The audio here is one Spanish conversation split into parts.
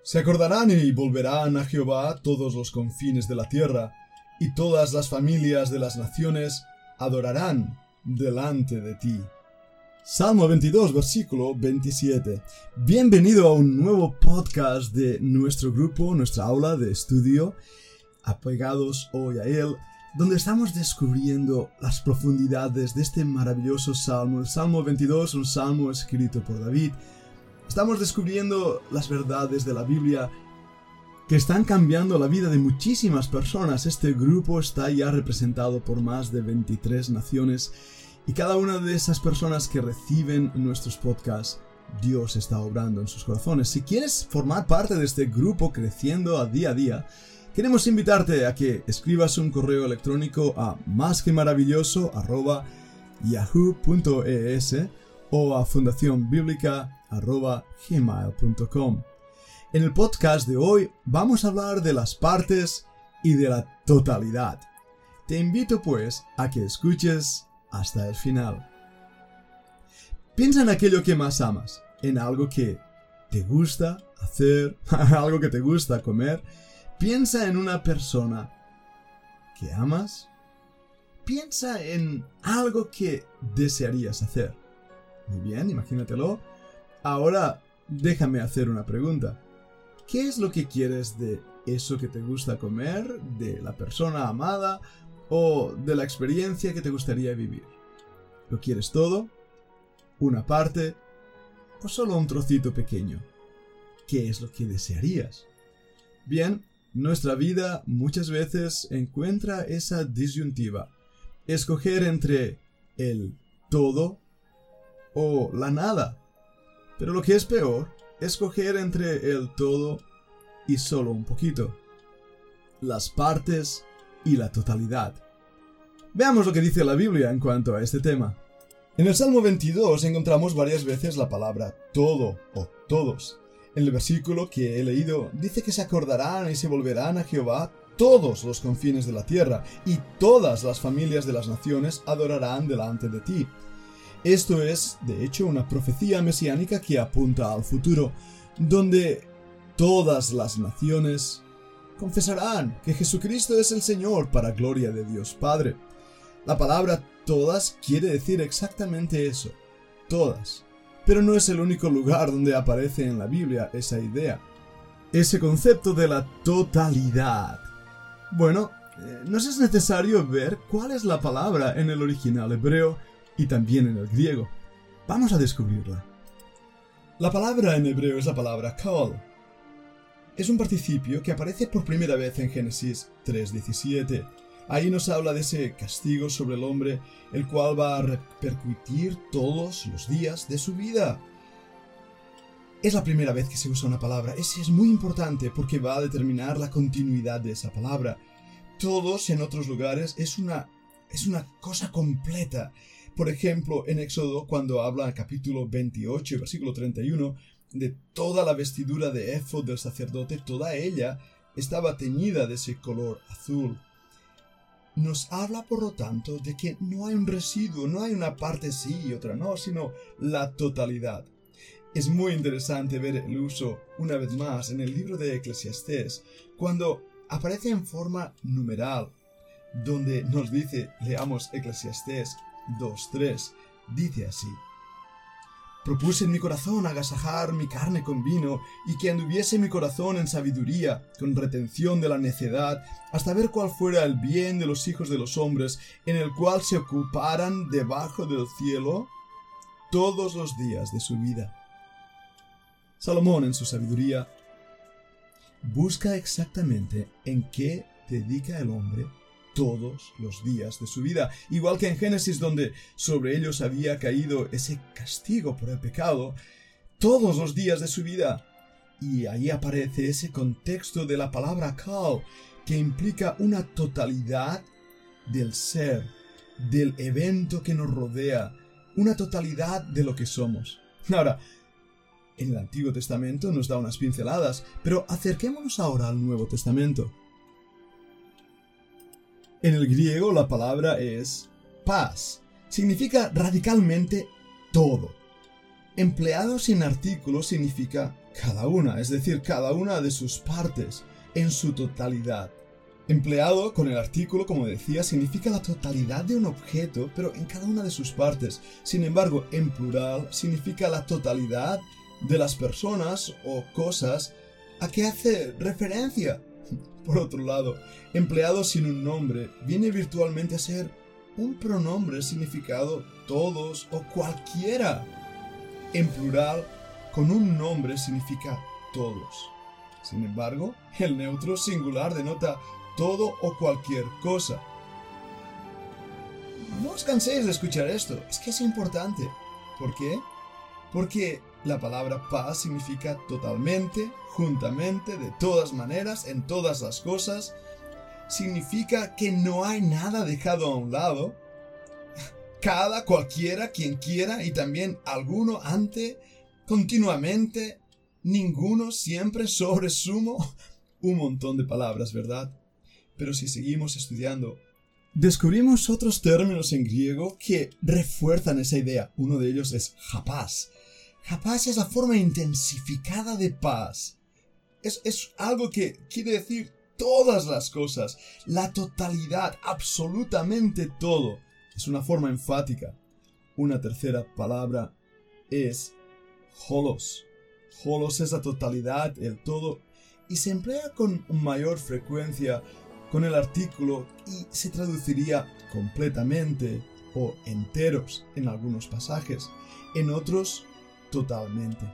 Se acordarán y volverán a Jehová todos los confines de la tierra, y todas las familias de las naciones adorarán delante de ti. Salmo 22, versículo 27. Bienvenido a un nuevo podcast de nuestro grupo, nuestra aula de estudio, apegados hoy a él, donde estamos descubriendo las profundidades de este maravilloso salmo. El Salmo 22, un salmo escrito por David. Estamos descubriendo las verdades de la Biblia que están cambiando la vida de muchísimas personas. Este grupo está ya representado por más de 23 naciones y cada una de esas personas que reciben nuestros podcasts, Dios está obrando en sus corazones. Si quieres formar parte de este grupo creciendo a día, queremos invitarte a que escribas un correo electrónico a masquemaravilloso@yahoo.es o a fundacionbiblica@gmail.com. En el podcast de hoy vamos a hablar de las partes y de la totalidad. Te invito pues a que escuches hasta el final. Piensa en aquello que más amas, en algo que te gusta hacer, algo que te gusta comer. Piensa en una persona que amas. Piensa en algo que desearías hacer. Muy bien, imagínatelo. Ahora déjame hacer una pregunta. ¿Qué es lo que quieres de eso que te gusta comer, de la persona amada o de la experiencia que te gustaría vivir? ¿Lo quieres todo? ¿Una parte? ¿O solo un trocito pequeño? ¿Qué es lo que desearías? Bien, nuestra vida muchas veces encuentra esa disyuntiva. Escoger entre el todo o la nada. Pero lo que es peor, escoger entre el todo y solo un poquito. Las partes y la totalidad. Veamos lo que dice la Biblia en cuanto a este tema. En el Salmo 22 encontramos varias veces la palabra todo o todos. En el versículo que he leído dice que se acordarán y se volverán a Jehová todos los confines de la tierra, y todas las familias de las naciones adorarán delante de ti. Esto es, de hecho, una profecía mesiánica que apunta al futuro, donde todas las naciones confesarán que Jesucristo es el Señor para gloria de Dios Padre. La palabra todas quiere decir exactamente eso, todas. Pero no es el único lugar donde aparece en la Biblia esa idea, ese concepto de la totalidad. Bueno, nos es necesario ver cuál es la palabra en el original hebreo y también en el griego. Vamos a descubrirla. La palabra en hebreo es la palabra kol. Es un participio que aparece por primera vez en Génesis 3:17. Ahí nos habla de ese castigo sobre el hombre, el cual va a repercutir todos los días de su vida. Es la primera vez que se usa una palabra. Eso es muy importante porque va a determinar la continuidad de esa palabra. Todos en otros lugares es una cosa completa. Por ejemplo, en Éxodo, cuando habla en capítulo 28, versículo 31, de toda la vestidura de éfod del sacerdote, toda ella estaba teñida de ese color azul. Nos habla, por lo tanto, de que no hay un residuo, no hay una parte sí y otra no, sino la totalidad. Es muy interesante ver el uso, una vez más, en el libro de Eclesiastés, cuando aparece en forma numeral, donde nos dice, leamos Eclesiastés 2:3, dice así: Propuse en mi corazón agasajar mi carne con vino, y que anduviese mi corazón en sabiduría, con retención de la necedad, hasta ver cuál fuera el bien de los hijos de los hombres, en el cual se ocuparan debajo del cielo todos los días de su vida. Salomón, en su sabiduría, busca exactamente en qué dedica el hombre todos los días de su vida. Igual que en Génesis, donde sobre ellos había caído ese castigo por el pecado, todos los días de su vida. Y ahí aparece ese contexto de la palabra kol, que implica una totalidad del ser, del evento que nos rodea, una totalidad de lo que somos. Ahora, en el Antiguo Testamento nos da unas pinceladas, pero acerquémonos ahora al Nuevo Testamento. En el griego la palabra es pas. Significa radicalmente todo. Empleado sin artículo significa cada una, es decir, cada una de sus partes, en su totalidad. Empleado con el artículo, como decía, significa la totalidad de un objeto, pero en cada una de sus partes. Sin embargo, en plural significa la totalidad de las personas o cosas a que hace referencia. Por otro lado, empleado sin un nombre viene virtualmente a ser un pronombre significado todos o cualquiera. En plural, con un nombre significa todos. Sin embargo, el neutro singular denota todo o cualquier cosa. No os canséis de escuchar esto, es que es importante. ¿Por qué? Porque la palabra paz significa totalmente, juntamente, de todas maneras, en todas las cosas. Significa que no hay nada dejado a un lado. Cada, cualquiera, quien quiera y también alguno, ante, continuamente, ninguno, siempre, sobre, sumo. Un montón de palabras, ¿verdad? Pero si seguimos estudiando, descubrimos otros términos en griego que refuerzan esa idea. Uno de ellos es hapás. Hapás es la forma intensificada de paz. Es algo que quiere decir todas las cosas, la totalidad, absolutamente todo. Es una forma enfática. Una tercera palabra es holos. Holos es la totalidad, el todo, y se emplea con mayor frecuencia con el artículo y se traduciría completamente o enteros en algunos pasajes, en otros totalmente.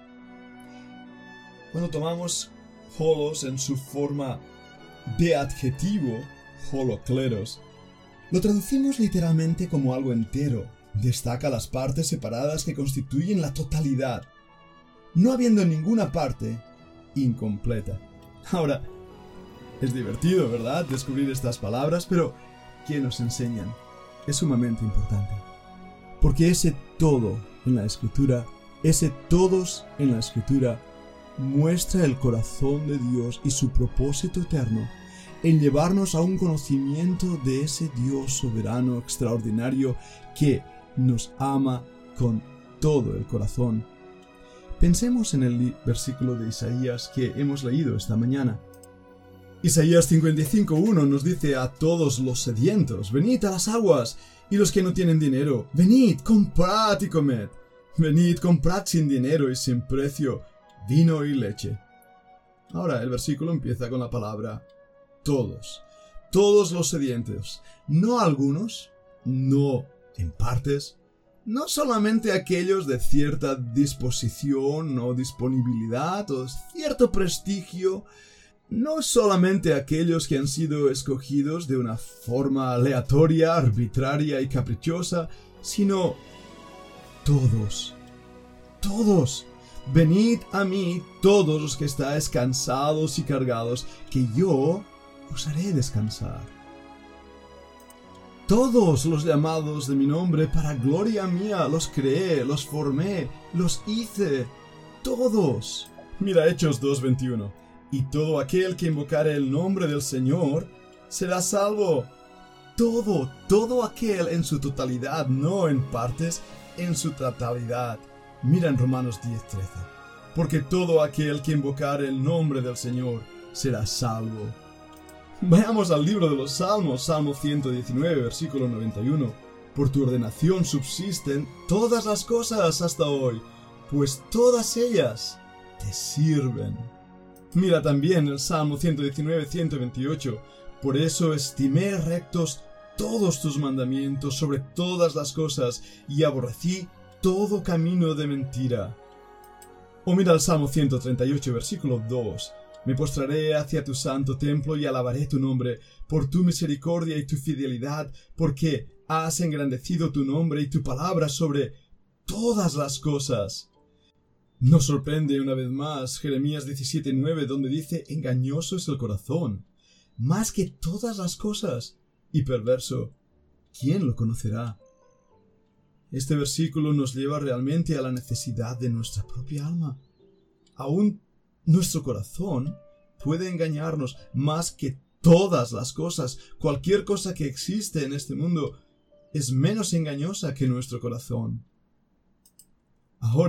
Cuando tomamos holos en su forma de adjetivo, holokleros, lo traducimos literalmente como algo entero. Destaca las partes separadas que constituyen la totalidad, no habiendo ninguna parte incompleta. Ahora, es divertido, ¿verdad?, descubrir estas palabras, pero ¿qué nos enseñan? Es sumamente importante. Porque ese todo en la Escritura, ese todos en la Escritura, muestra el corazón de Dios y su propósito eterno en llevarnos a un conocimiento de ese Dios soberano, extraordinario, que nos ama con todo el corazón. Pensemos en el versículo de Isaías que hemos leído esta mañana. Isaías 55:1 nos dice a todos los sedientos: venid a las aguas, y los que no tienen dinero, venid, comprad y comed. Venid, comprad sin dinero y sin precio vino y leche. Ahora el versículo empieza con la palabra todos. Todos los sedientos, no algunos, no en partes, no solamente aquellos de cierta disposición o disponibilidad o cierto prestigio, no solamente aquellos que han sido escogidos de una forma aleatoria, arbitraria y caprichosa, sino todos. Todos. Venid a mí todos los que estáis cansados y cargados, que yo os haré descansar. Todos los llamados de mi nombre para gloria mía, los creé, los formé, los hice. Todos. Mira Hechos 2:21. Y todo aquel que invocare el nombre del Señor será salvo. Todo aquel en su totalidad, no en partes, en su totalidad. Mira en Romanos 10:13. Porque todo aquel que invocare el nombre del Señor será salvo. Vayamos al libro de los Salmos, Salmo 119, versículo 91. Por tu ordenación subsisten todas las cosas hasta hoy, pues todas ellas te sirven. Mira también el Salmo 119, 128. Por eso estimé rectos todos tus mandamientos sobre todas las cosas, y aborrecí todo camino de mentira. O mira el Salmo 138, versículo 2. Me postraré hacia tu santo templo y alabaré tu nombre, por tu misericordia y tu fidelidad, porque has engrandecido tu nombre y tu palabra sobre todas las cosas. Nos sorprende una vez más Jeremías 17:9, donde dice: engañoso es el corazón, más que todas las cosas, y perverso, ¿quién lo conocerá? Este versículo nos lleva realmente a la necesidad de nuestra propia alma. Aún nuestro corazón puede engañarnos más que todas las cosas. Cualquier cosa que existe en este mundo es menos engañosa que nuestro corazón. Ahora,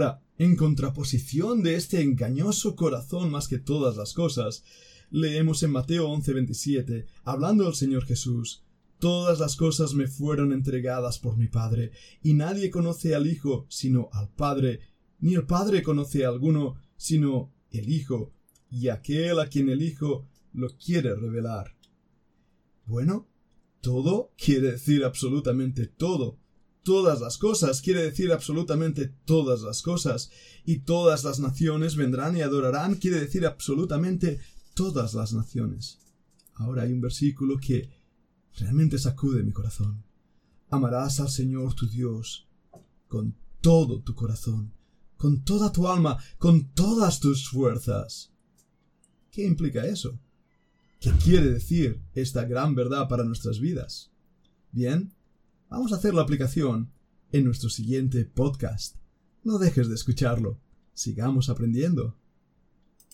En contraposición de este engañoso corazón más que todas las cosas, leemos en Mateo 11:27, hablando el Señor Jesús: «Todas las cosas me fueron entregadas por mi Padre, y nadie conoce al Hijo sino al Padre, ni el Padre conoce a alguno sino el Hijo, y aquel a quien el Hijo lo quiere revelar». Bueno, todo quiere decir absolutamente todo. Todas las cosas quiere decir absolutamente todas las cosas. Y todas las naciones vendrán y adorarán quiere decir absolutamente todas las naciones. Ahora hay un versículo que realmente sacude mi corazón. Amarás al Señor tu Dios con todo tu corazón, con toda tu alma, con todas tus fuerzas. ¿Qué implica eso? ¿Qué quiere decir esta gran verdad para nuestras vidas? Bien, vamos a hacer la aplicación en nuestro siguiente podcast. No dejes de escucharlo. Sigamos aprendiendo.